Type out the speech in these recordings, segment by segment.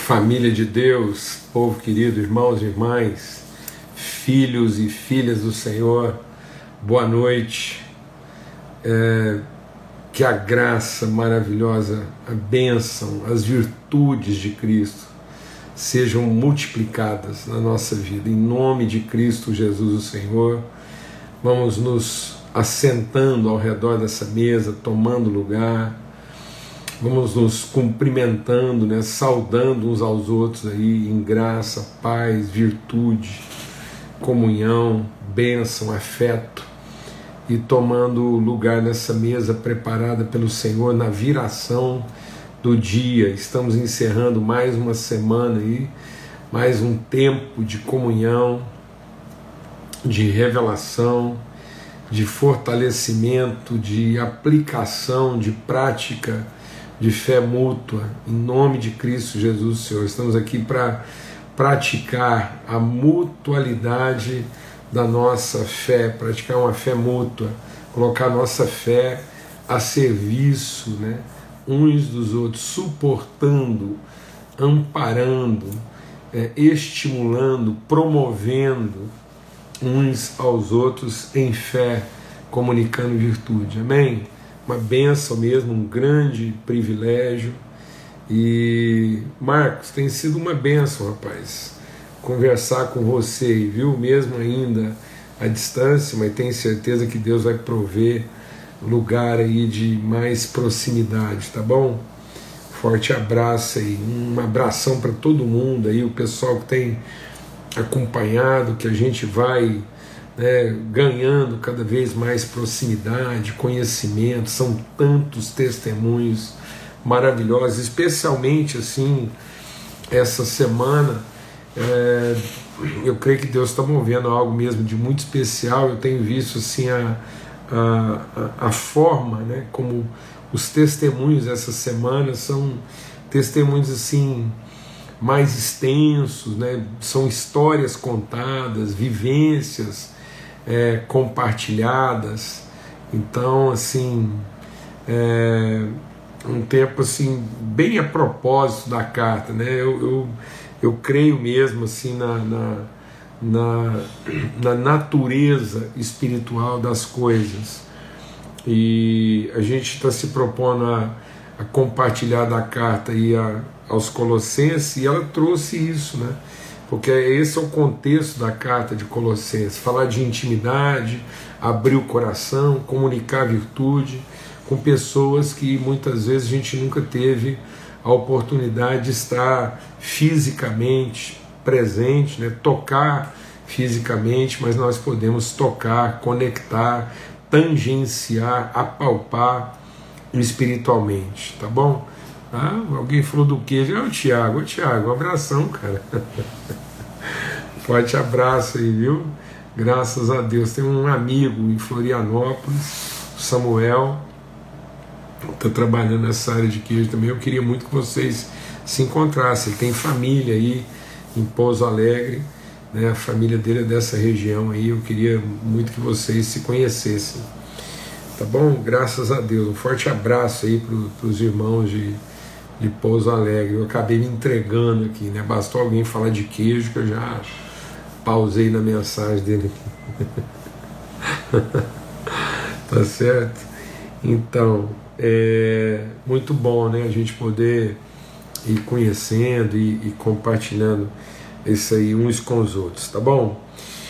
Família de Deus, povo querido, irmãos e irmãs, filhos e filhas do Senhor, boa noite. Que a graça maravilhosa, a bênção, as virtudes de Cristo sejam multiplicadas na nossa vida, em nome de Cristo Jesus o Senhor. Vamos nos assentando ao redor dessa mesa, tomando lugar, vamos nos cumprimentando, né, saudando uns aos outros aí em graça, paz, virtude, comunhão, bênção, afeto, e tomando lugar nessa mesa preparada pelo Senhor na viração do dia. Estamos encerrando mais uma semana aí, mais um tempo de comunhão, de revelação, de fortalecimento, de aplicação, de prática, de fé mútua, em nome de Cristo Jesus, Senhor. Estamos aqui para praticar a mutualidade da nossa fé, praticar uma fé mútua, colocar a nossa fé a serviço, né, uns dos outros, suportando, amparando, estimulando, promovendo uns aos outros em fé, comunicando virtude. Amém? Uma bênção mesmo, um grande privilégio. E Marcos, tem sido uma bênção, rapaz, conversar com você, viu? Mesmo ainda à distância, mas tenho certeza que Deus vai prover lugar aí de mais proximidade, tá bom? Forte abraço aí, um abração para todo mundo aí, o pessoal que tem acompanhado, que a gente vai, né, ganhando cada vez mais proximidade, conhecimento. São tantos testemunhos maravilhosos, especialmente assim essa semana. Eu creio que Deus está movendo algo mesmo de muito especial. Eu tenho visto assim a forma, né, como os testemunhos essa semana são testemunhos assim mais extensos, né? São histórias contadas, vivências compartilhadas. Então, assim, um tempo assim bem a propósito da carta, né? Eu creio mesmo assim na natureza espiritual das coisas, e a gente está se propondo a compartilhar da carta aí aos Colossenses, e ela trouxe isso, né? Porque esse é o contexto da carta de Colossenses: falar de intimidade, abrir o coração, comunicar virtude com pessoas que muitas vezes a gente nunca teve a oportunidade de estar fisicamente presente, né? Tocar fisicamente, mas nós podemos tocar, conectar, tangenciar, apalpar espiritualmente, tá bom? Alguém falou do queijo. O Tiago, um abração, cara. Forte abraço aí, viu? Graças a Deus. Tem um amigo em Florianópolis, o Samuel, está trabalhando nessa área de queijo também. Eu queria muito que vocês se encontrassem. Ele tem família aí em Pouso Alegre, né? A família dele é dessa região aí. Eu queria muito que vocês se conhecessem, tá bom? Graças a Deus. Um forte abraço aí para os irmãos de Pouso Alegre. Eu acabei me entregando aqui, né? Bastou alguém falar de queijo que eu já pausei na mensagem dele aqui. Tá certo? Então, muito bom, né, a gente poder ir conhecendo e compartilhando isso aí uns com os outros, tá bom?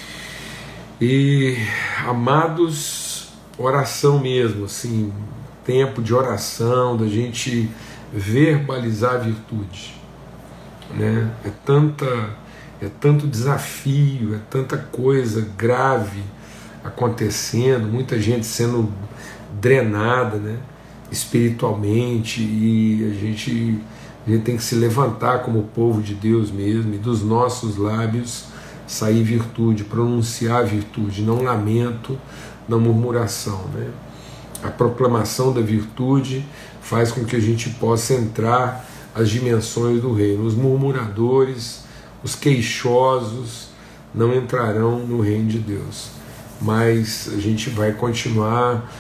E, amados, oração mesmo, assim, tempo de oração, da gente verbalizar a virtude, né? É tanto desafio, é tanta coisa grave acontecendo, muita gente sendo drenada, né, espiritualmente, e a gente tem que se levantar como povo de Deus mesmo, e dos nossos lábios sair virtude, pronunciar virtude, não lamento, não murmuração, né? A proclamação da virtude faz com que a gente possa entrar as dimensões do reino. Os murmuradores, os queixosos não entrarão no reino de Deus, mas a gente vai continuar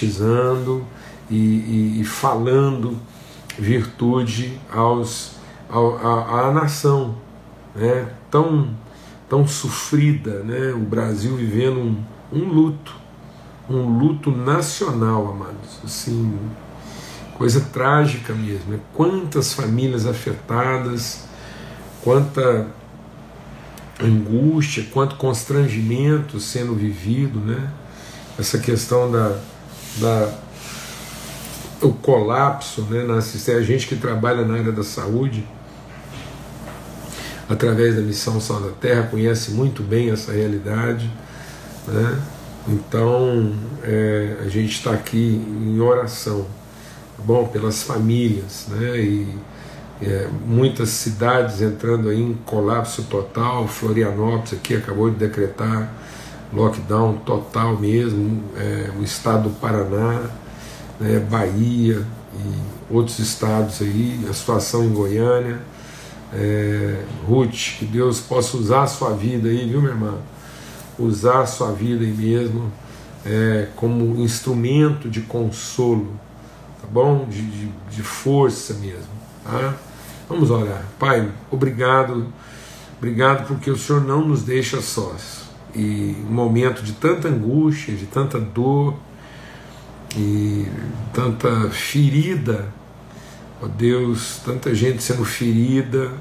profetizando e falando virtude à nação, né, tão sofrida, né, o Brasil vivendo um luto nacional, amados, assim, coisa trágica mesmo, né? Quantas famílias afetadas, quanta angústia, quanto constrangimento sendo vivido, né? Essa questão o colapso, né, na assistência. A gente que trabalha na área da saúde, através da Missão Sal da Terra, conhece muito bem essa realidade, né? Então a gente está aqui em oração, tá bom? Pelas famílias, né? E muitas cidades entrando aí em colapso total. Florianópolis aqui acabou de decretar lockdown total mesmo, o estado do Paraná, né, Bahia e outros estados aí, a situação em Goiânia. Ruth, que Deus possa usar a sua vida aí, viu, minha irmã? Usar a sua vida aí mesmo como instrumento de consolo, tá bom? De força mesmo, tá? Vamos orar. Pai, obrigado porque o Senhor não nos deixa sós. E um momento de tanta angústia, de tanta dor e tanta ferida, ó Deus, tanta gente sendo ferida,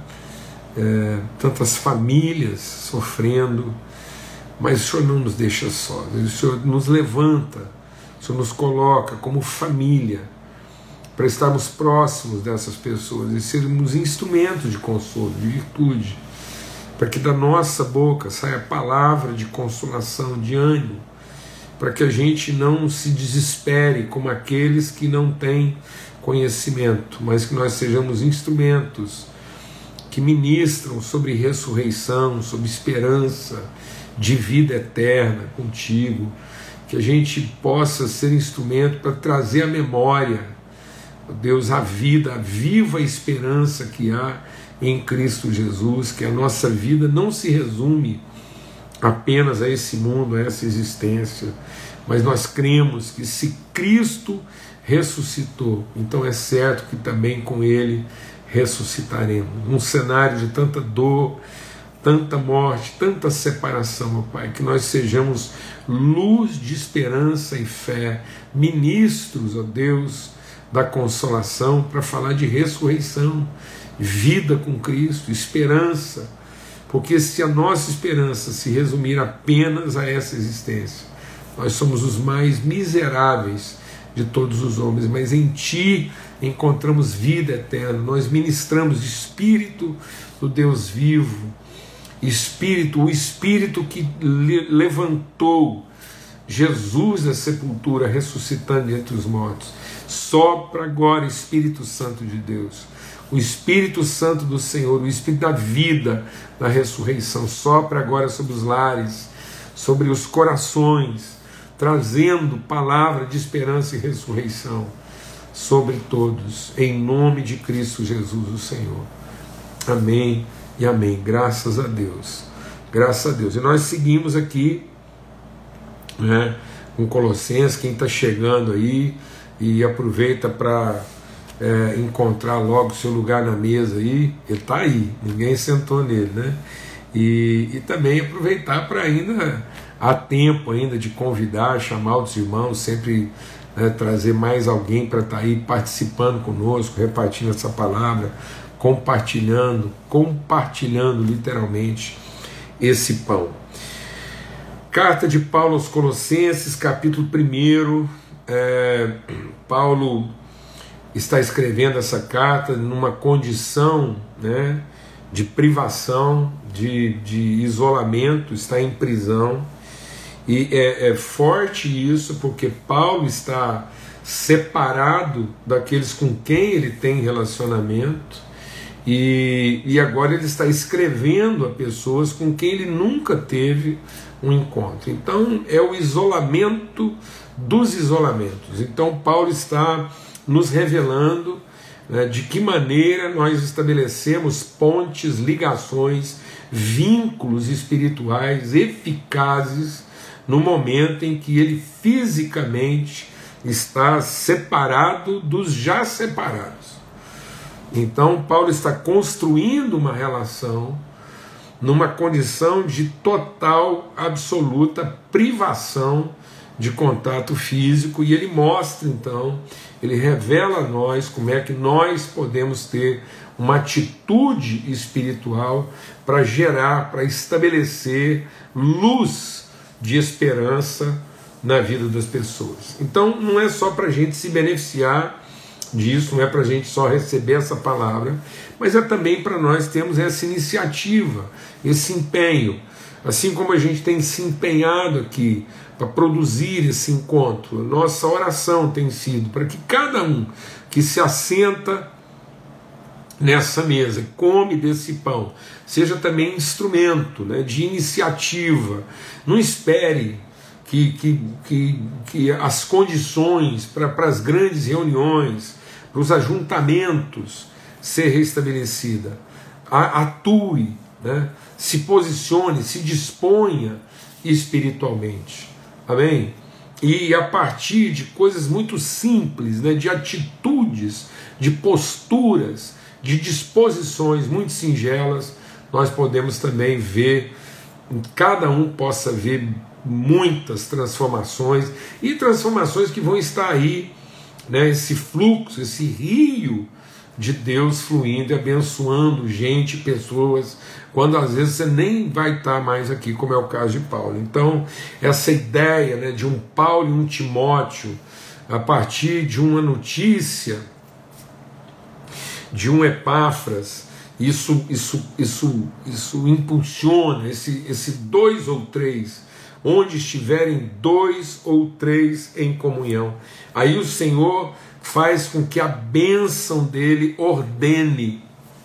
tantas famílias sofrendo, mas o Senhor não nos deixa sós. O Senhor nos levanta, o Senhor nos coloca como família para estarmos próximos dessas pessoas e sermos instrumentos de consolo, de virtude, para que da nossa boca saia palavra de consolação, de ânimo, para que a gente não se desespere como aqueles que não têm conhecimento, mas que nós sejamos instrumentos que ministram sobre ressurreição, sobre esperança de vida eterna contigo, que a gente possa ser instrumento para trazer à memória, Deus, a vida, a viva esperança que há em Cristo Jesus, que a nossa vida não se resume apenas a esse mundo, a essa existência, mas nós cremos que se Cristo ressuscitou, então é certo que também com Ele ressuscitaremos. Num cenário de tanta dor, tanta morte, tanta separação, ó Pai, que nós sejamos luz de esperança e fé, ministros, ó Deus, da consolação, para falar de ressurreição, vida com Cristo, esperança, porque se a nossa esperança se resumir apenas a essa existência, nós somos os mais miseráveis de todos os homens, mas em Ti encontramos vida eterna. Nós ministramos Espírito do Deus vivo, Espírito, o Espírito que levantou Jesus da sepultura, ressuscitando entre os mortos. Sopra agora, Espírito Santo de Deus, o Espírito Santo do Senhor, o Espírito da vida, da ressurreição, sopra agora sobre os lares, sobre os corações, trazendo palavra de esperança e ressurreição sobre todos, em nome de Cristo Jesus, o Senhor. Amém e amém. Graças a Deus. Graças a Deus. E nós seguimos aqui, né, com Colossenses. Quem está chegando aí e aproveita para encontrar logo seu lugar na mesa aí, ele está aí, ninguém sentou nele, né? E também aproveitar para ainda, há tempo ainda de convidar, chamar os irmãos, sempre trazer mais alguém para estar aí participando conosco, repartindo essa palavra, compartilhando literalmente esse pão. Carta de Paulo aos Colossenses, capítulo 1. Paulo está escrevendo essa carta numa condição, né, de privação, de isolamento, está em prisão, e é forte isso porque Paulo está separado daqueles com quem ele tem relacionamento, e agora ele está escrevendo a pessoas com quem ele nunca teve um encontro. Então é o isolamento dos isolamentos. Então Paulo está nos revelando, né, de que maneira nós estabelecemos pontes, ligações, vínculos espirituais eficazes no momento em que ele fisicamente está separado dos já separados. Então Paulo está construindo uma relação numa condição de total, absoluta privação de contato físico, e ele mostra então, ele revela a nós como é que nós podemos ter uma atitude espiritual para gerar, para estabelecer luz de esperança na vida das pessoas. Então não é só para a gente se beneficiar disso, não é para a gente só receber essa palavra, mas é também para nós termos essa iniciativa, esse empenho, assim como a gente tem se empenhado aqui para produzir esse encontro. Nossa oração tem sido para que cada um que se assenta nessa mesa, come desse pão, seja também instrumento, né, de iniciativa. Não espere que as condições para as grandes reuniões, para os ajuntamentos ser restabelecida. Atue, né, se posicione, se disponha espiritualmente. Amém? E a partir de coisas muito simples, né, de atitudes, de posturas, de disposições muito singelas, nós podemos também ver, cada um possa ver muitas transformações, e transformações que vão estar aí, né, esse fluxo, esse rio de Deus fluindo e abençoando gente, pessoas, quando às vezes você nem vai estar mais aqui, como é o caso de Paulo. Então, essa ideia, né, de um Paulo e um Timóteo, a partir de uma notícia, de um Epáfras, isso impulsiona esse dois ou três, onde estiverem dois ou três em comunhão. Aí o Senhor faz com que a bênção dele ordene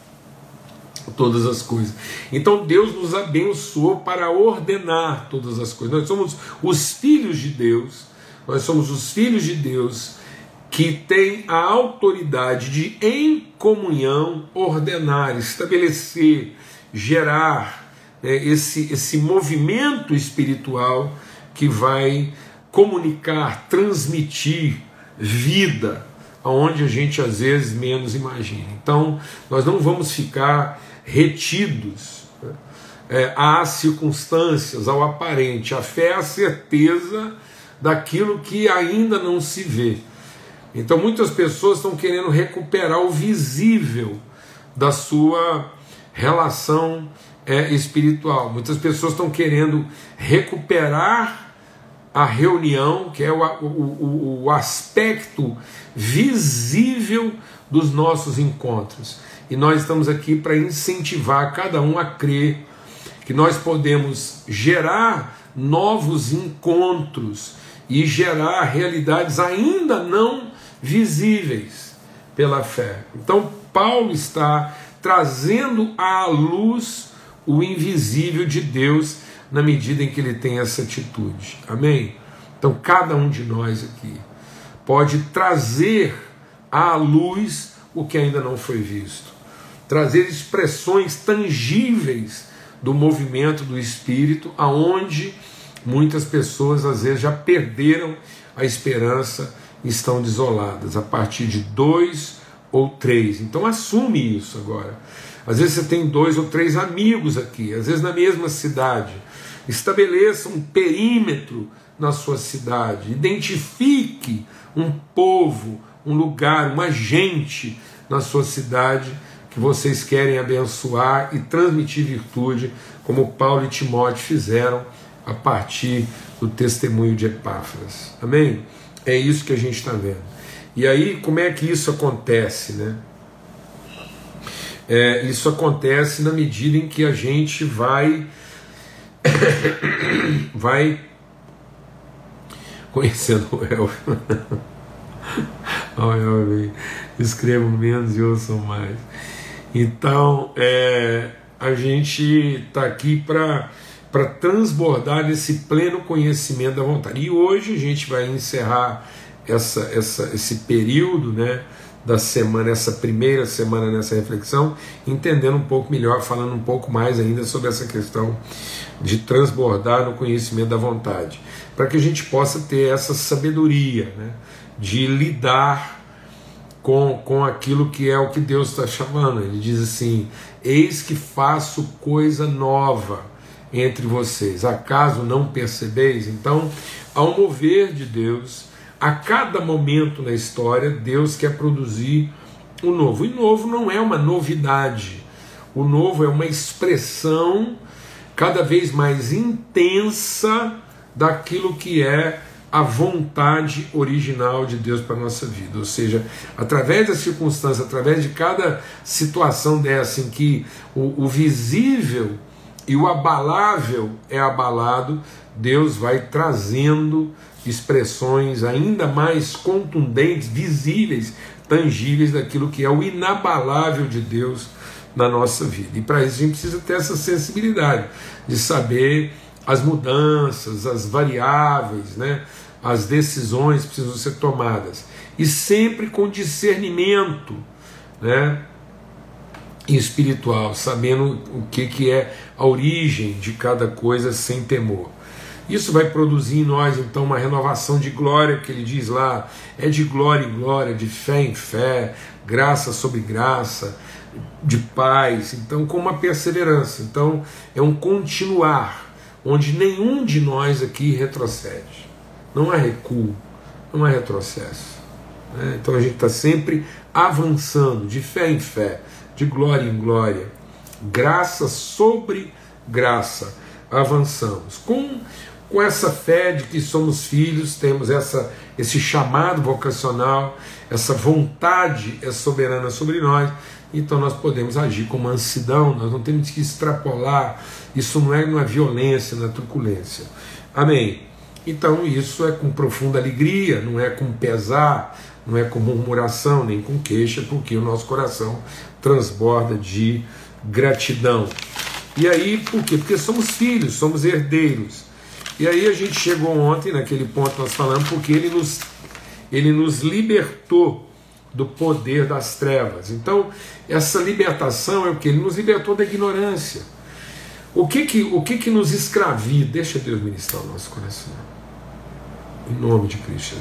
todas as coisas. Então Deus nos abençoou para ordenar todas as coisas. Nós somos os filhos de Deus, nós somos os filhos de Deus que têm a autoridade de, em comunhão, ordenar, estabelecer, gerar, né, esse movimento espiritual que vai comunicar, transmitir vida aonde a gente às vezes menos imagina. Então nós não vamos ficar retidos, né, às circunstâncias, ao aparente. A fé é a certeza daquilo que ainda não se vê. Então muitas pessoas estão querendo recuperar o visível da sua relação espiritual. Muitas pessoas estão querendo recuperar a reunião, que é o aspecto visível dos nossos encontros. E nós estamos aqui para incentivar cada um a crer que nós podemos gerar novos encontros e gerar realidades ainda não visíveis pela fé. Então Paulo está trazendo à luz o invisível de Deus na medida em que ele tem essa atitude. Amém? Então cada um de nós aqui pode trazer à luz o que ainda não foi visto, trazer expressões tangíveis do movimento do Espírito, aonde muitas pessoas às vezes já perderam a esperança e estão desoladas, a partir de 2 ou 3. Então assume isso agora. Às vezes você tem 2 ou 3 amigos aqui, às vezes na mesma cidade. Estabeleça um perímetro na sua cidade, identifique um povo, um lugar, uma gente na sua cidade que vocês querem abençoar e transmitir virtude, como Paulo e Timóteo fizeram a partir do testemunho de Epáfras. Amém? É isso que a gente está vendo. E aí, como é que isso acontece, né? Isso acontece na medida em que a gente vai conhecendo o Elvio. Escrevam menos e ouçam mais. Então, a gente está aqui para transbordar nesse pleno conhecimento da vontade. E hoje a gente vai encerrar esse período, né, da semana, essa primeira semana nessa reflexão, entendendo um pouco melhor, falando um pouco mais ainda sobre essa questão de transbordar no conhecimento da vontade, para que a gente possa ter essa sabedoria, né, de lidar com aquilo que é o que Deus está chamando. Ele diz assim: eis que faço coisa nova entre vocês, acaso não percebeis? Então, ao mover de Deus, a cada momento na história, Deus quer produzir o novo. E novo não é uma novidade, o novo é uma expressão cada vez mais intensa daquilo que é a vontade original de Deus para a nossa vida. Ou seja, através da circunstância, através de cada situação dessa em que o visível e o abalável é abalado, Deus vai trazendo expressões ainda mais contundentes, visíveis, tangíveis daquilo que é o inabalável de Deus na nossa vida. E para isso a gente precisa ter essa sensibilidade de saber as mudanças, as variáveis, né? As decisões precisam ser tomadas, e sempre com discernimento, né? Espiritual, sabendo o que é a origem de cada coisa sem temor. Isso vai produzir em nós então uma renovação de glória, que ele diz lá, é de glória em glória, de fé em fé, graça sobre graça, de paz, então com uma perseverança. Então é um continuar, onde nenhum de nós aqui retrocede, não há recuo, não há retrocesso, né? Então a gente está sempre avançando, de fé em fé, de glória em glória, graça sobre graça, avançamos com essa fé de que somos filhos, temos esse chamado vocacional, essa vontade é soberana sobre nós, então nós podemos agir com mansidão, nós não temos que extrapolar, isso não é na violência, na truculência. Amém? Então isso é com profunda alegria, não é com pesar, não é com murmuração, nem com queixa, porque o nosso coração transborda de gratidão. E aí, por quê? Porque somos filhos, somos herdeiros. E aí a gente chegou ontem naquele ponto que nós falamos, porque ele nos libertou do poder das trevas. Então, essa libertação é o que? Ele nos libertou da ignorância. O que nos escraviza? Deixa Deus ministrar o nosso coração. Em nome de Cristo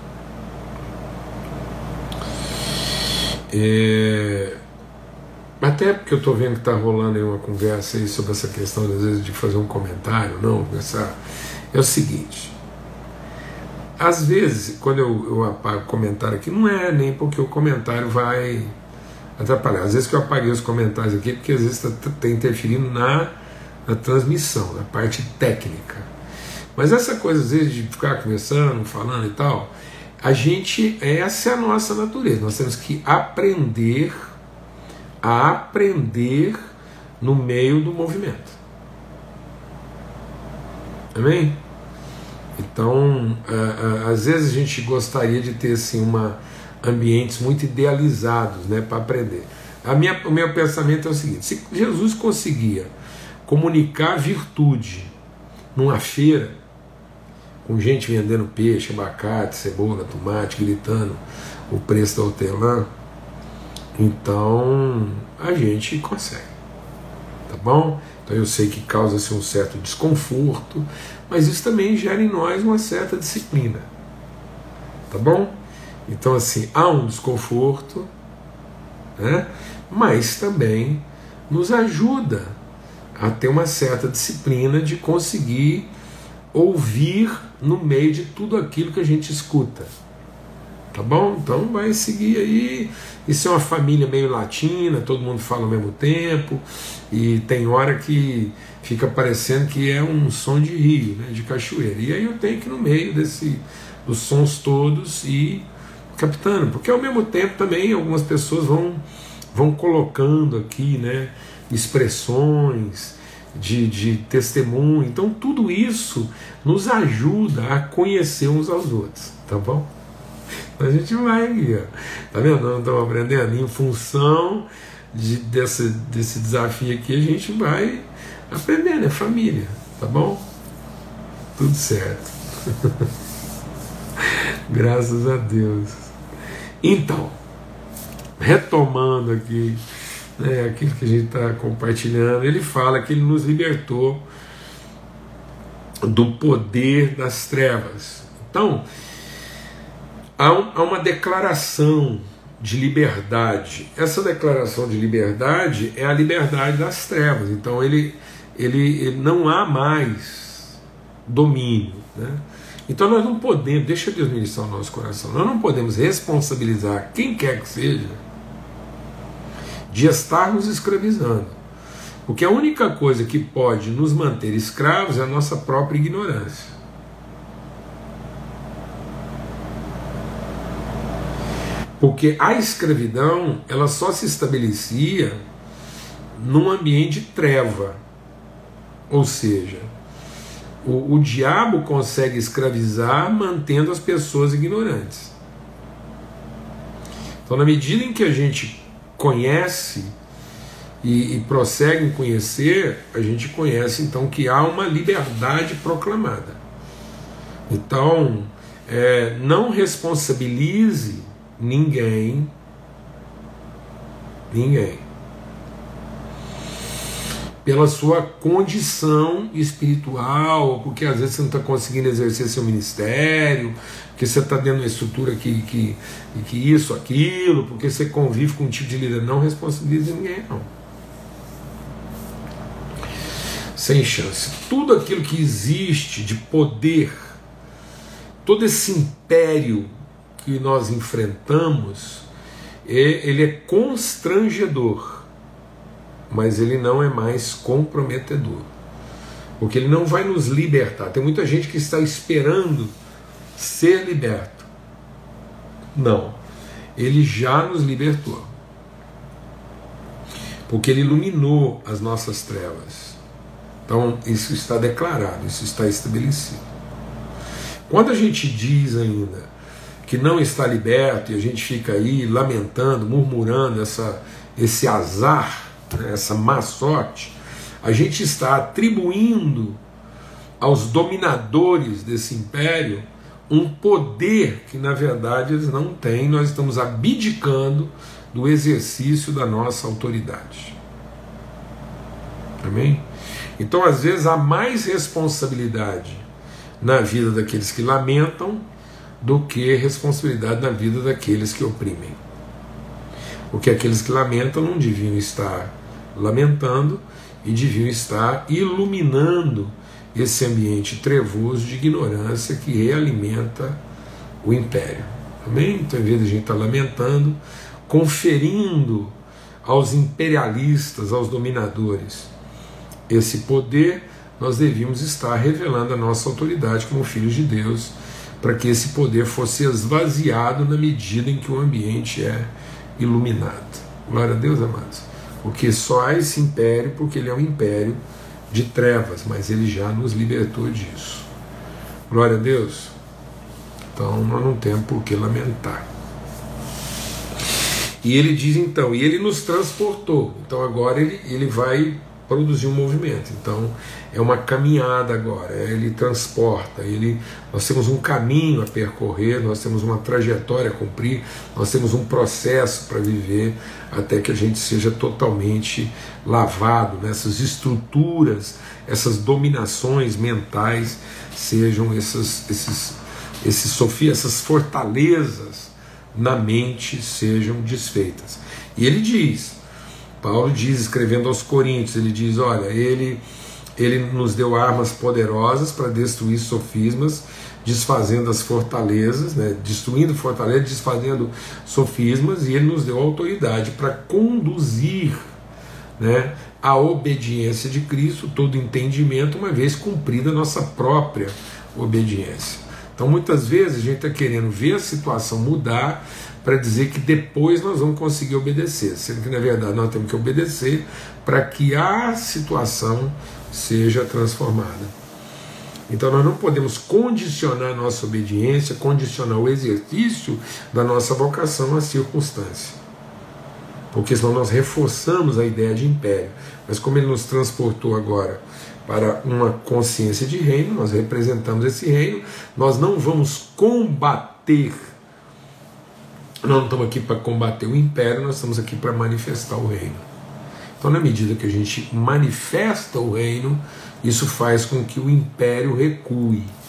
Jesus. Até porque eu estou vendo que está rolando aí uma conversa aí sobre essa questão, às vezes, de fazer um comentário, não, conversar. É o seguinte: às vezes, quando eu apago o comentário aqui, não é nem porque o comentário vai atrapalhar. Às vezes que eu apaguei os comentários aqui, porque às vezes está interferindo na transmissão, na parte técnica. Mas essa coisa, às vezes, de ficar conversando, falando e tal, essa é a nossa natureza. Nós temos que aprender a aprender no meio do movimento. Amém? Então, às vezes a gente gostaria de ter assim, ambientes muito idealizados, né, para aprender. O meu pensamento é o seguinte: se Jesus conseguia comunicar virtude numa feira, com gente vendendo peixe, abacate, cebola, tomate, gritando o preço da hortelã, então a gente consegue, tá bom? Então eu sei que causa-se um certo desconforto, mas isso também gera em nós uma certa disciplina, tá bom? Então assim, há um desconforto, né? Mas também nos ajuda a ter uma certa disciplina de conseguir ouvir no meio de tudo aquilo que a gente escuta. Tá bom? Então vai seguir aí. Isso é uma família meio latina, todo mundo fala ao mesmo tempo, e tem hora que fica parecendo que é um som de rio, né, de cachoeira. E aí eu tenho que ir no meio dos sons todos e captando, porque ao mesmo tempo também algumas pessoas vão colocando aqui, né, expressões de testemunho. Então tudo isso nos ajuda a conhecer uns aos outros, tá bom? A gente vai aqui, ó. Tá vendo? Nós estamos aprendendo. Em função desse desafio aqui, a gente vai aprendendo, é família, tá bom? Tudo certo. Graças a Deus. Então, retomando aqui, né, aquilo que a gente está compartilhando, ele fala que ele nos libertou do poder das trevas. Então, há uma declaração de liberdade. Essa declaração de liberdade é a liberdade das trevas. Então ele não há mais domínio, né? Então nós não podemos, deixa Deus ministrar o nosso coração, nós não podemos responsabilizar quem quer que seja de estar nos escravizando. Porque a única coisa que pode nos manter escravos é a nossa própria ignorância. Porque a escravidão, ela só se estabelecia num ambiente de treva. Ou seja, o diabo consegue escravizar mantendo as pessoas ignorantes. Então, na medida em que a gente conhece e prossegue em conhecer, a gente conhece então que há uma liberdade proclamada. Então, não responsabilize ninguém, pela sua condição espiritual, porque às vezes você não está conseguindo exercer seu ministério, porque você está dentro de uma estrutura que isso, aquilo, porque você convive com um tipo de líder. Não responsabilize ninguém, não. Sem chance. Tudo aquilo que existe de poder, todo esse império que nós enfrentamos, ele é constrangedor, mas ele não é mais comprometedor, porque ele não vai nos libertar. Tem muita gente que está esperando ser liberto. Não, ele já nos libertou, porque ele iluminou as nossas trevas. Então isso está declarado, isso está estabelecido. Quando a gente diz ainda que não está liberto e a gente fica aí lamentando, murmurando esse azar, né, essa má sorte, a gente está atribuindo aos dominadores desse império um poder que na verdade eles não têm. Nós estamos abdicando do exercício da nossa autoridade. Amém? Então às vezes há mais responsabilidade na vida daqueles que lamentam do que responsabilidade na vida daqueles que oprimem. Porque aqueles que lamentam não deviam estar lamentando e deviam estar iluminando esse ambiente trevoso de ignorância que realimenta o império. Amém? Então, em vez de a gente estar lamentando, conferindo aos imperialistas, aos dominadores, esse poder, nós devíamos estar revelando a nossa autoridade como filhos de Deus, para que esse poder fosse esvaziado na medida em que o ambiente é iluminado. Glória a Deus, amados. Porque só há esse império porque ele é um império de trevas, mas ele já nos libertou disso. Glória a Deus. Então nós não temos por que lamentar. E ele diz então, e ele nos transportou. Então agora ele vai produzir um movimento. Então é uma caminhada agora, ele transporta, nós temos um caminho a percorrer, nós temos uma trajetória a cumprir, nós temos um processo para viver até que a gente seja totalmente lavado nessas estruturas, essas dominações mentais sejam essas fortalezas na mente sejam desfeitas. E ele diz, Paulo diz, escrevendo aos Coríntios, ele diz, olha, ele nos deu armas poderosas para destruir sofismas, desfazendo as fortalezas, né, destruindo fortalezas, desfazendo sofismas, e ele nos deu autoridade para conduzir, né, a obediência de Cristo, todo entendimento, uma vez cumprida a nossa própria obediência. Então muitas vezes a gente está querendo ver a situação mudar para dizer que depois nós vamos conseguir obedecer, sendo que na verdade nós temos que obedecer para que a situação seja transformada. Então nós não podemos condicionar a nossa obediência, condicionar o exercício da nossa vocação à circunstância, porque senão nós reforçamos a ideia de império. Mas como ele nos transportou agora para uma consciência de reino, nós representamos esse reino, nós não vamos combater, nós não estamos aqui para combater o império, nós estamos aqui para manifestar o reino. Então, na medida que a gente manifesta o reino, isso faz com que o império recue.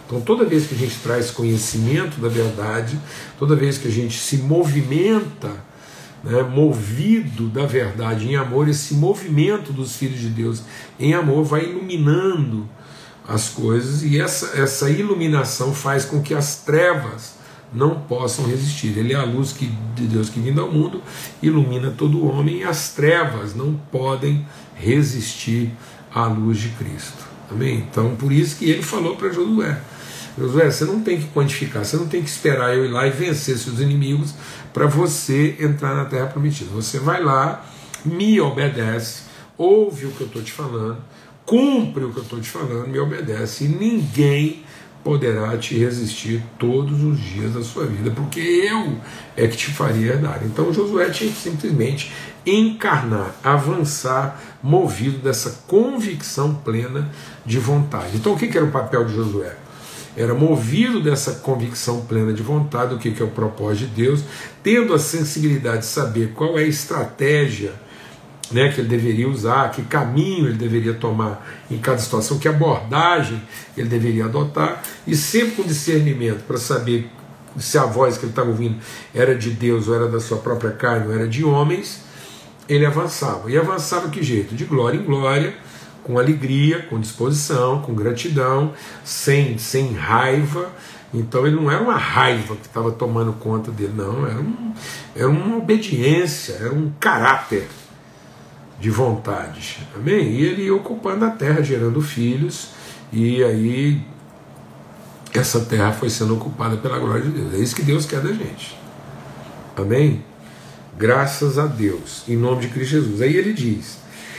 Então toda vez que a gente traz conhecimento da verdade, toda vez que a gente se movimenta, né, movido da verdade em amor, esse movimento dos filhos de Deus em amor vai iluminando as coisas, e essa iluminação faz com que as trevas não possam resistir. Ele é a luz de Deus que vindo ao mundo ilumina todo o homem, e as trevas não podem resistir à luz de Cristo. Amém? Então por isso que ele falou para Josué: Josué, você não tem que quantificar, você não tem que esperar eu ir lá e vencer seus inimigos para você entrar na terra prometida. Você vai lá, me obedece, ouve o que eu estou te falando, cumpre o que eu estou te falando, me obedece, e ninguém poderá te resistir todos os dias da sua vida, porque eu é que te faria herdar. Então Josué tinha que simplesmente encarnar, avançar, movido dessa convicção plena de vontade. Então o que era o papel de Josué? Era movido dessa convicção plena de vontade do que é o propósito de Deus, tendo a sensibilidade de saber qual é a estratégia, né, que ele deveria usar, que caminho ele deveria tomar em cada situação, que abordagem ele deveria adotar, e sempre com discernimento para saber se a voz que ele estava ouvindo era de Deus ou era da sua própria carne ou era de homens. Ele avançava. E avançava que jeito? De glória em glória, com alegria, com disposição, com gratidão, sem raiva. Então ele não era uma raiva que estava tomando conta dele, não, era uma obediência, era um caráter de vontade. Amém? E ele ia ocupando a terra, gerando filhos, e aí essa terra foi sendo ocupada pela glória de Deus. É isso que Deus quer da gente. Amém? Graças a Deus, em nome de Cristo Jesus. Aí ele diz,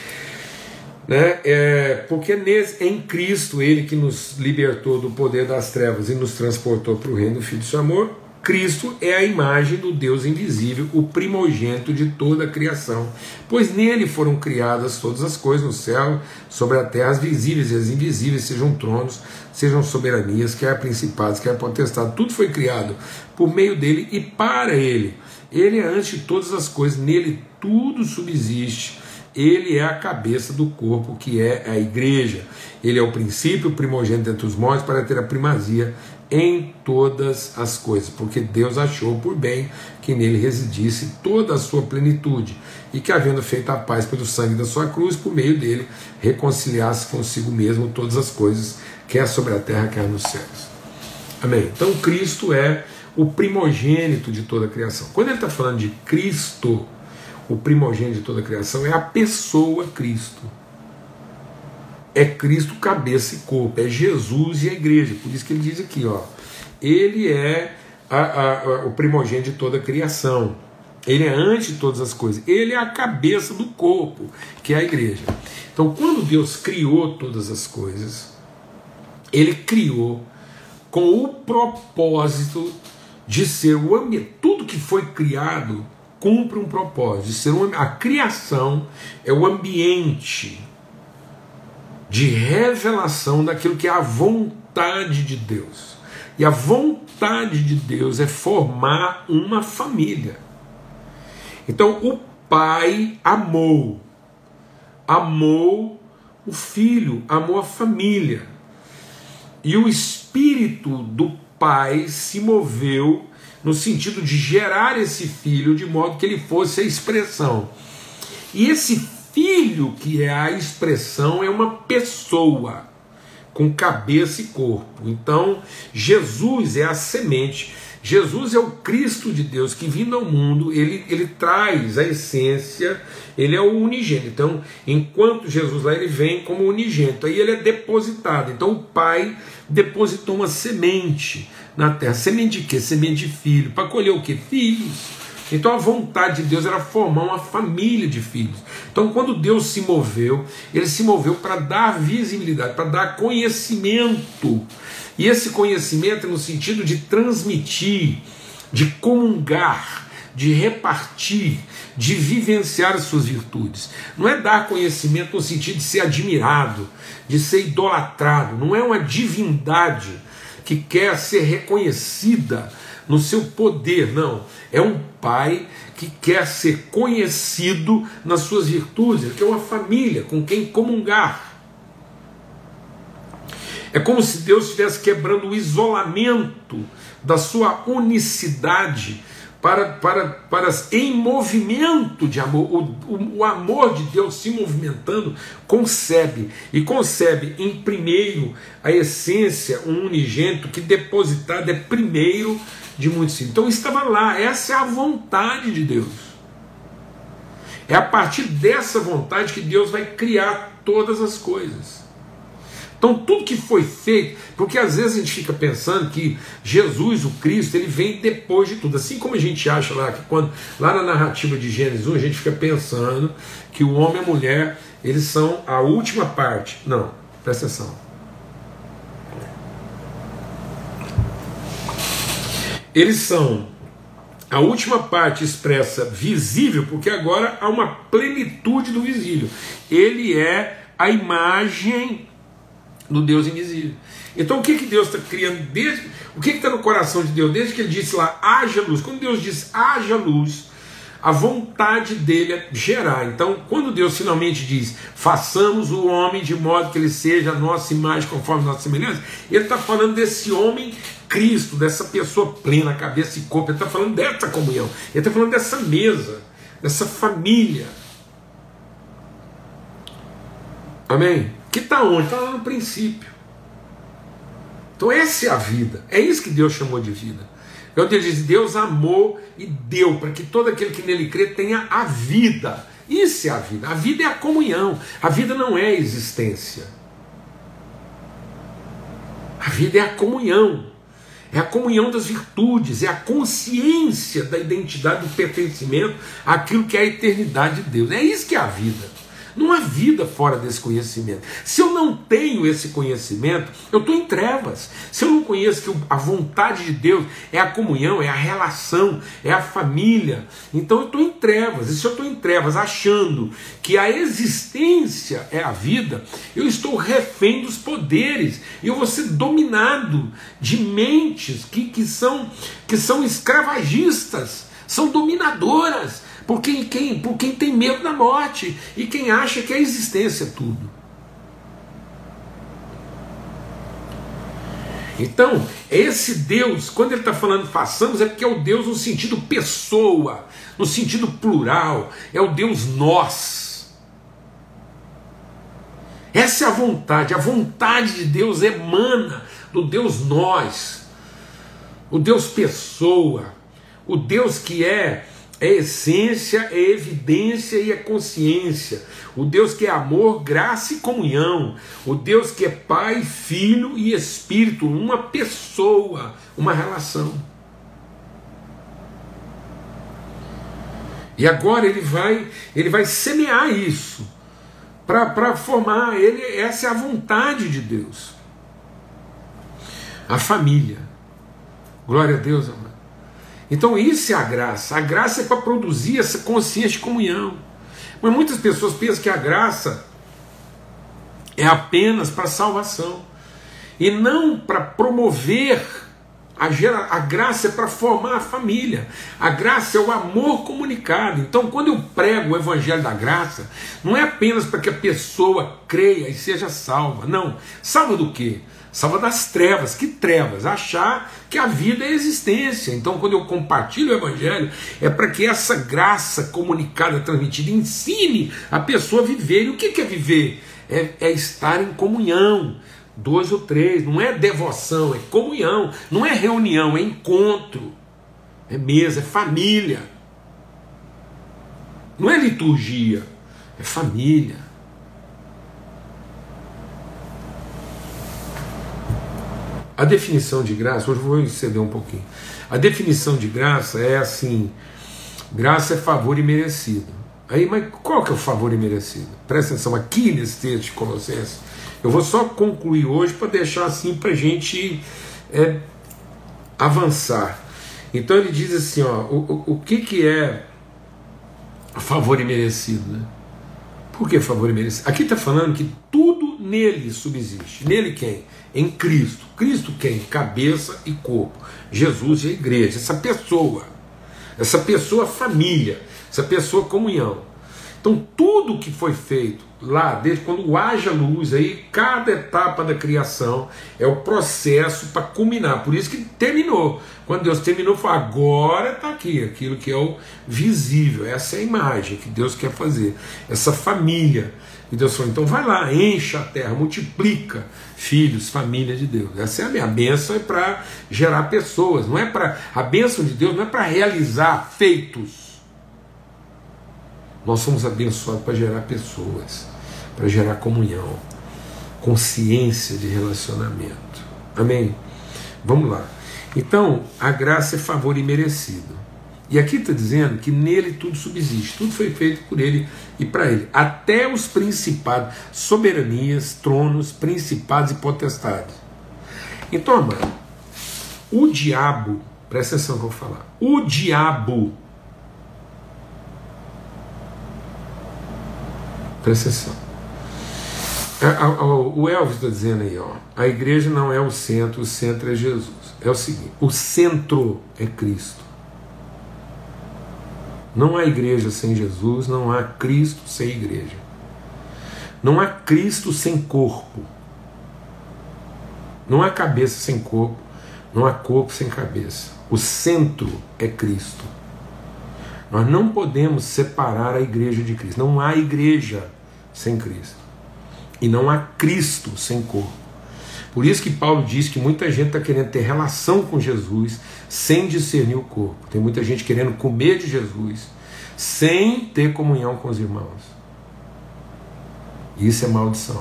né, porque em Cristo, ele que nos libertou do poder das trevas e nos transportou para o reino do Filho do seu amor, Cristo é a imagem do Deus invisível, o primogênito de toda a criação, pois nele foram criadas todas as coisas no céu, sobre a terra, as visíveis e as invisíveis, sejam tronos, sejam soberanias, quer principados, quer potestade, tudo foi criado por meio dele e para ele. Ele é antes de todas as coisas, nele tudo subsiste. Ele é a cabeça do corpo, que é a igreja. Ele é o princípio, o primogênito entre os mortos, para ter a primazia em todas as coisas, porque Deus achou por bem que nele residisse toda a sua plenitude, e que, havendo feito a paz pelo sangue da sua cruz, por meio dele reconciliasse consigo mesmo todas as coisas, quer sobre a terra, quer nos céus. Amém? Então Cristo é o primogênito de toda a criação. Quando ele está falando de Cristo, o primogênito de toda a criação, é a pessoa Cristo. É Cristo cabeça e corpo, é Jesus e a igreja. Por isso que ele diz aqui, ó, ele é o primogênito de toda a criação. Ele é antes de todas as coisas. Ele é a cabeça do corpo, que é a igreja. Então, quando Deus criou todas as coisas, ele criou com o propósito de ser o ambiente. Tudo que foi criado cumpre um propósito de ser a criação é o ambiente de revelação daquilo que é a vontade de Deus. E a vontade de Deus é formar uma família. Então o pai amou o filho, amou a família. E o espírito do pai se moveu no sentido de gerar esse filho de modo que ele fosse a expressão. E esse filho que é a expressão é uma pessoa com cabeça e corpo. Então Jesus é a semente, Jesus é o Cristo de Deus que vindo ao mundo, ele traz a essência, ele é o unigênito. Então enquanto Jesus lá ele vem como unigênito, aí ele é depositado. Então o pai depositou uma semente na terra. Semente de quê? Semente de filho. Para colher o quê? Filhos. Então a vontade de Deus era formar uma família de filhos. Então quando Deus se moveu, ele se moveu para dar visibilidade, para dar conhecimento. E esse conhecimento é no sentido de transmitir, de comungar, de repartir, de vivenciar as suas virtudes. Não é dar conhecimento no sentido de ser admirado, de ser idolatrado. Não é uma divindade que quer ser reconhecida no seu poder, não. É um pai que quer ser conhecido nas suas virtudes, que é uma família com quem comungar. É como se Deus estivesse quebrando o isolamento da sua unicidade para em movimento de amor. O amor de Deus se movimentando concebe em primeiro a essência, um unigênito que depositado é primeiro de muitos filhos. Então estava lá, essa é a vontade de Deus. É a partir dessa vontade que Deus vai criar todas as coisas. Então tudo que foi feito, porque às vezes a gente fica pensando que Jesus, o Cristo, ele vem depois de tudo. Assim como a gente acha lá, que quando, lá na narrativa de Gênesis 1, a gente fica pensando que o homem e a mulher, eles são a última parte. Não, presta atenção. Eles são a última parte expressa visível, porque agora há uma plenitude do visível. Ele é a imagem do Deus invisível. Então o que Deus está criando desde... O que está no coração de Deus desde que ele disse lá, haja luz? Quando Deus diz haja luz, a vontade dele é gerar. Então quando Deus finalmente diz façamos o homem de modo que ele seja a nossa imagem conforme a nossa semelhança, ele está falando desse homem Cristo, dessa pessoa plena, cabeça e corpo. Ele está falando dessa comunhão, ele está falando dessa mesa, dessa família. Amém? Que está onde? Está lá no princípio. Então essa é a vida. É isso que Deus chamou de vida. É onde ele diz, Deus amou e deu para que todo aquele que nele crê tenha a vida. Isso é a vida. A vida é a comunhão. A vida não é a existência. A vida é a comunhão. É a comunhão das virtudes. É a consciência da identidade, do pertencimento àquilo que é a eternidade de Deus. É isso que é a vida. Não há vida fora desse conhecimento. Se eu não tenho esse conhecimento, eu estou em trevas. Se eu não conheço que a vontade de Deus é a comunhão, é a relação, é a família, então eu estou em trevas. E se eu estou em trevas achando que a existência é a vida, eu estou refém dos poderes. E eu vou ser dominado de mentes que são escravagistas, são dominadoras. Por quem tem medo da morte e quem acha que a existência é tudo. Então, esse Deus, quando ele está falando façamos, é porque é o Deus no sentido pessoa, no sentido plural, é o Deus nós. Essa é a vontade de Deus emana do Deus nós, o Deus pessoa, o Deus que é essência, é evidência e é consciência. O Deus que é amor, graça e comunhão. O Deus que é Pai, Filho e Espírito. Uma pessoa, uma relação. E agora ele vai semear isso para formar ele. Essa é a vontade de Deus. A família. Glória a Deus, amado. Então isso é a graça. A graça é para produzir essa consciência de comunhão. Mas muitas pessoas pensam que a graça é apenas para salvação e não para promover a graça. É para formar a família. A graça é o amor comunicado. Então quando eu prego o evangelho da graça, não é apenas para que a pessoa creia e seja salva. Não. Salva do quê? Salva das trevas. Que trevas? Achar que a vida é existência. Então quando eu compartilho o evangelho, é para que essa graça comunicada, transmitida, ensine a pessoa a viver. E o que é viver? É estar em comunhão. 2 ou 3, não é devoção, é comunhão. Não é reunião, é encontro. É mesa, é família. Não é liturgia, é família. A definição de graça, hoje eu vou exceder um pouquinho. A definição de graça é assim: graça é favor imerecido. Aí, mas qual que é o favor imerecido? Presta atenção, aqui nesse texto de Colossenses, eu vou só concluir hoje para deixar assim para a gente avançar. Então ele diz assim, ó, o que é favor imerecido, né? Por que favor imerecido? Aqui está falando que tudo nele subsiste. Nele quem? Em Cristo. Cristo quem? Cabeça e corpo. Jesus e a igreja. Essa pessoa família, essa pessoa comunhão. Então tudo que foi feito lá, desde quando haja luz, aí cada etapa da criação é o processo para culminar. Por isso que terminou. Quando Deus terminou, falou: agora está aqui, aquilo que é o visível. Essa é a imagem que Deus quer fazer. Essa família. E Deus falou: então vai lá, encha a terra, multiplica filhos, família de Deus. Essa é a minha bênção, é para gerar pessoas. Não é para a bênção de Deus não é para realizar feitos. Nós somos abençoados para gerar pessoas, para gerar comunhão, consciência de relacionamento. Amém? Vamos lá. Então, a graça é favor imerecido. E aqui está dizendo que nele tudo subsiste, tudo foi feito por ele e para ele. Até os principados, soberanias, tronos, principados e potestades. Então, amado, o diabo, presta atenção que eu vou falar, o diabo, presta atenção. O Elvis está dizendo aí, ó, a igreja não é o centro é Jesus. É o seguinte: o centro é Cristo. Não há igreja sem Jesus, não há Cristo sem igreja. Não há Cristo sem corpo. Não há cabeça sem corpo, não há corpo sem cabeça. O centro é Cristo. Nós não podemos separar a igreja de Cristo. Não há igreja sem Cristo. E não há Cristo sem corpo. Por isso que Paulo diz que muita gente está querendo ter relação com Jesus sem discernir o corpo. Tem muita gente querendo comer de Jesus sem ter comunhão com os irmãos. Isso é maldição.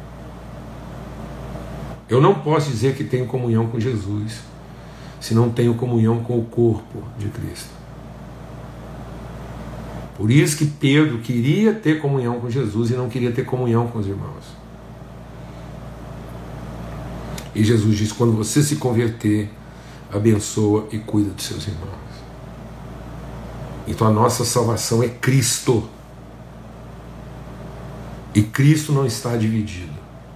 Eu não posso dizer que tenho comunhão com Jesus se não tenho comunhão com o corpo de Cristo. Por isso que Pedro queria ter comunhão com Jesus e não queria ter comunhão com os irmãos. E Jesus diz: quando você se converter, abençoa e cuida dos seus irmãos. Então a nossa salvação é Cristo. E Cristo não está dividido.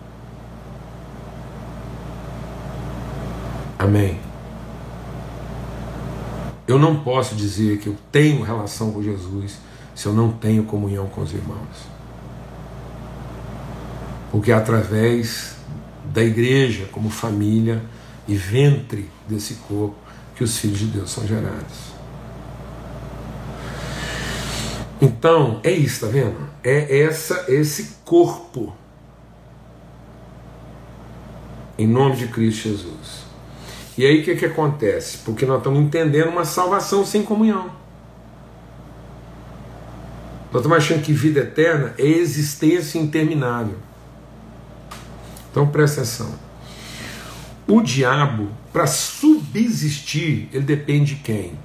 Amém? Eu não posso dizer que eu tenho relação com Jesus se eu não tenho comunhão com os irmãos. Porque é através da igreja, como família e ventre desse corpo, que os filhos de Deus são gerados. Então, é isso, tá vendo? É esse corpo, em nome de Cristo Jesus. E aí o que acontece? Porque nós estamos entendendo uma salvação sem comunhão. Nós estamos achando que vida eterna é existência interminável. Então presta atenção. O diabo, para subsistir, ele depende de quem?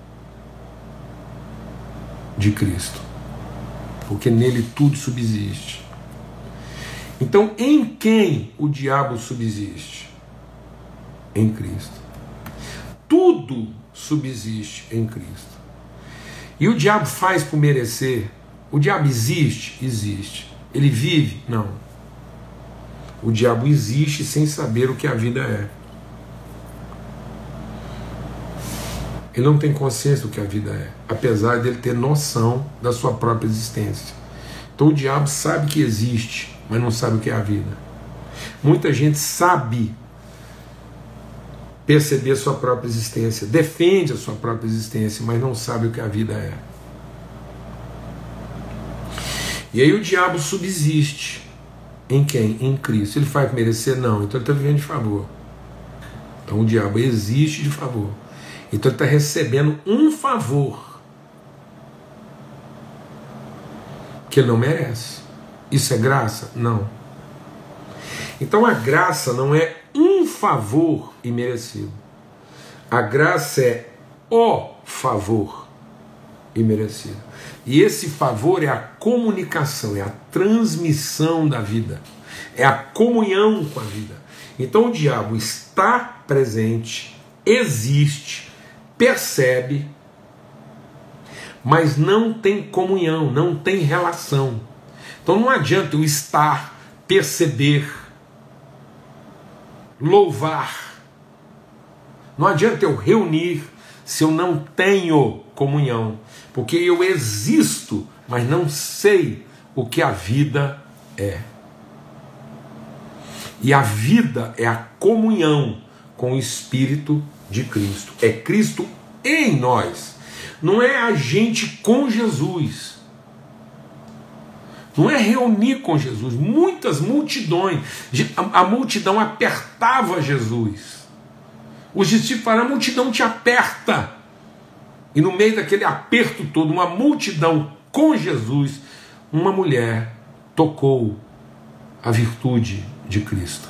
De Cristo. Porque nele tudo subsiste. Então em quem o diabo subsiste? Em Cristo. Tudo subsiste em Cristo. E o diabo faz por merecer? O diabo existe? Existe. Ele vive? Não. O diabo existe sem saber o que a vida é. Ele não tem consciência do que a vida é, apesar dele ter noção da sua própria existência. Então o diabo sabe que existe, mas não sabe o que é a vida. Muita gente sabe perceber sua própria existência, defende a sua própria existência, mas não sabe o que a vida é. E aí o diabo subsiste em quem? Em Cristo. Ele faz merecer? Não. Então ele está vivendo de favor. Então o diabo existe de favor. Então ele está recebendo um favor que ele não merece. Isso é graça? Não. Então a graça não é um favor imerecido. A graça é o favor imerecido. E esse favor é a comunicação, é a transmissão da vida, é a comunhão com a vida. Então o diabo está presente, existe, percebe, mas não tem comunhão, não tem relação. Então não adianta eu estar, perceber, louvar. Não adianta eu reunir se eu não tenho comunhão, porque eu existo, mas não sei o que a vida é. E a vida é a comunhão com o Espírito de Cristo. É Cristo em nós. Não é a gente com Jesus. Não é reunir com Jesus. Muitas multidões. A multidão apertava Jesus. Os discípulos falaram: a multidão te aperta. E no meio daquele aperto todo, uma multidão com Jesus, uma mulher tocou a virtude de Cristo.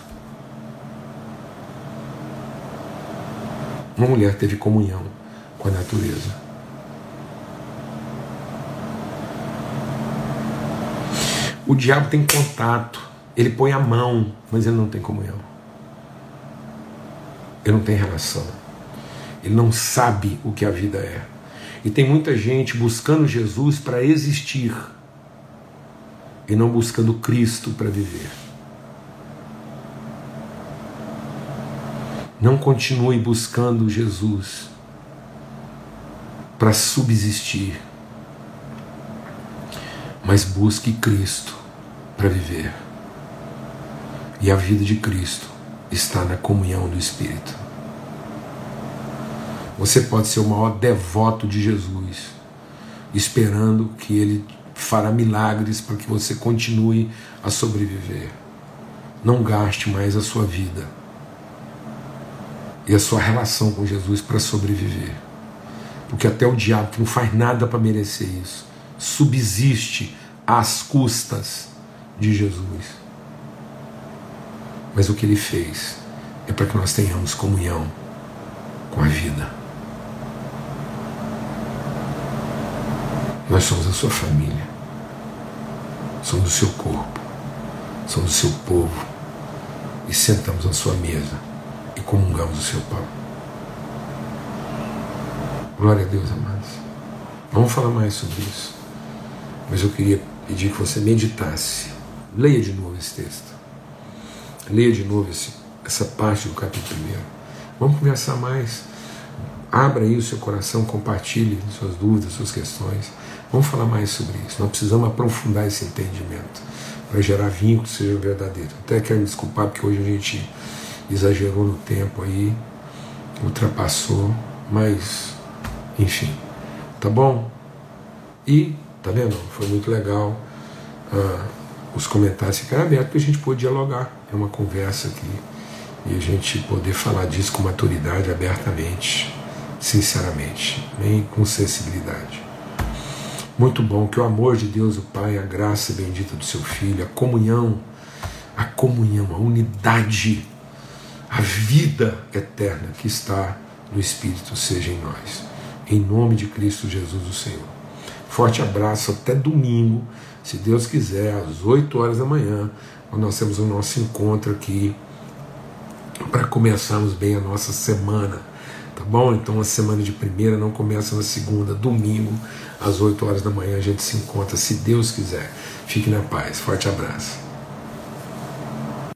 Uma mulher teve comunhão com a natureza. O diabo tem contato, ele põe a mão, mas ele não tem comunhão. Ele não tem relação. Ele não sabe o que a vida é. E tem muita gente buscando Jesus para existir e não buscando Cristo para viver. Não continue buscando Jesus para subsistir, mas busque Cristo para viver. E a vida de Cristo está na comunhão do Espírito. Você pode ser o maior devoto de Jesus, esperando que Ele fará milagres para que você continue a sobreviver. Não gaste mais a sua vida e a sua relação com Jesus para sobreviver. Porque até o diabo, que não faz nada para merecer isso, subsiste às custas de Jesus. Mas o que Ele fez é para que nós tenhamos comunhão com a vida. Nós somos a sua família, somos o seu corpo, somos o seu povo, e sentamos à sua mesa e comungamos o seu pão. Glória a Deus, amados. Vamos falar mais sobre isso, mas eu queria pedir que você meditasse. Leia de novo esse texto, leia de novo essa parte do capítulo 1. Vamos conversar mais. Abra aí o seu coração, compartilhe suas dúvidas, suas questões. Vamos falar mais sobre isso. Nós precisamos aprofundar esse entendimento para gerar vínculos que sejam verdadeiros. Até quero me desculpar porque hoje a gente exagerou no tempo aí, ultrapassou, mas enfim, tá bom? E, tá vendo? Foi muito legal. Os comentários ficaram abertos para a gente poder dialogar. É uma conversa aqui e a gente poder falar disso com maturidade, abertamente, sinceramente, nem com sensibilidade. Muito bom. Que o amor de Deus, o Pai, a graça bendita do seu Filho, a comunhão, a unidade, a vida eterna que está no Espírito seja em nós. Em nome de Cristo Jesus, o Senhor. Forte abraço, até domingo, se Deus quiser, às 8 horas da manhã, quando nós temos o nosso encontro aqui, para começarmos bem a nossa semana. Tá bom? Então a semana de primeira não começa na segunda, domingo, às 8 horas da manhã a gente se encontra, se Deus quiser. Fique na paz. Forte abraço.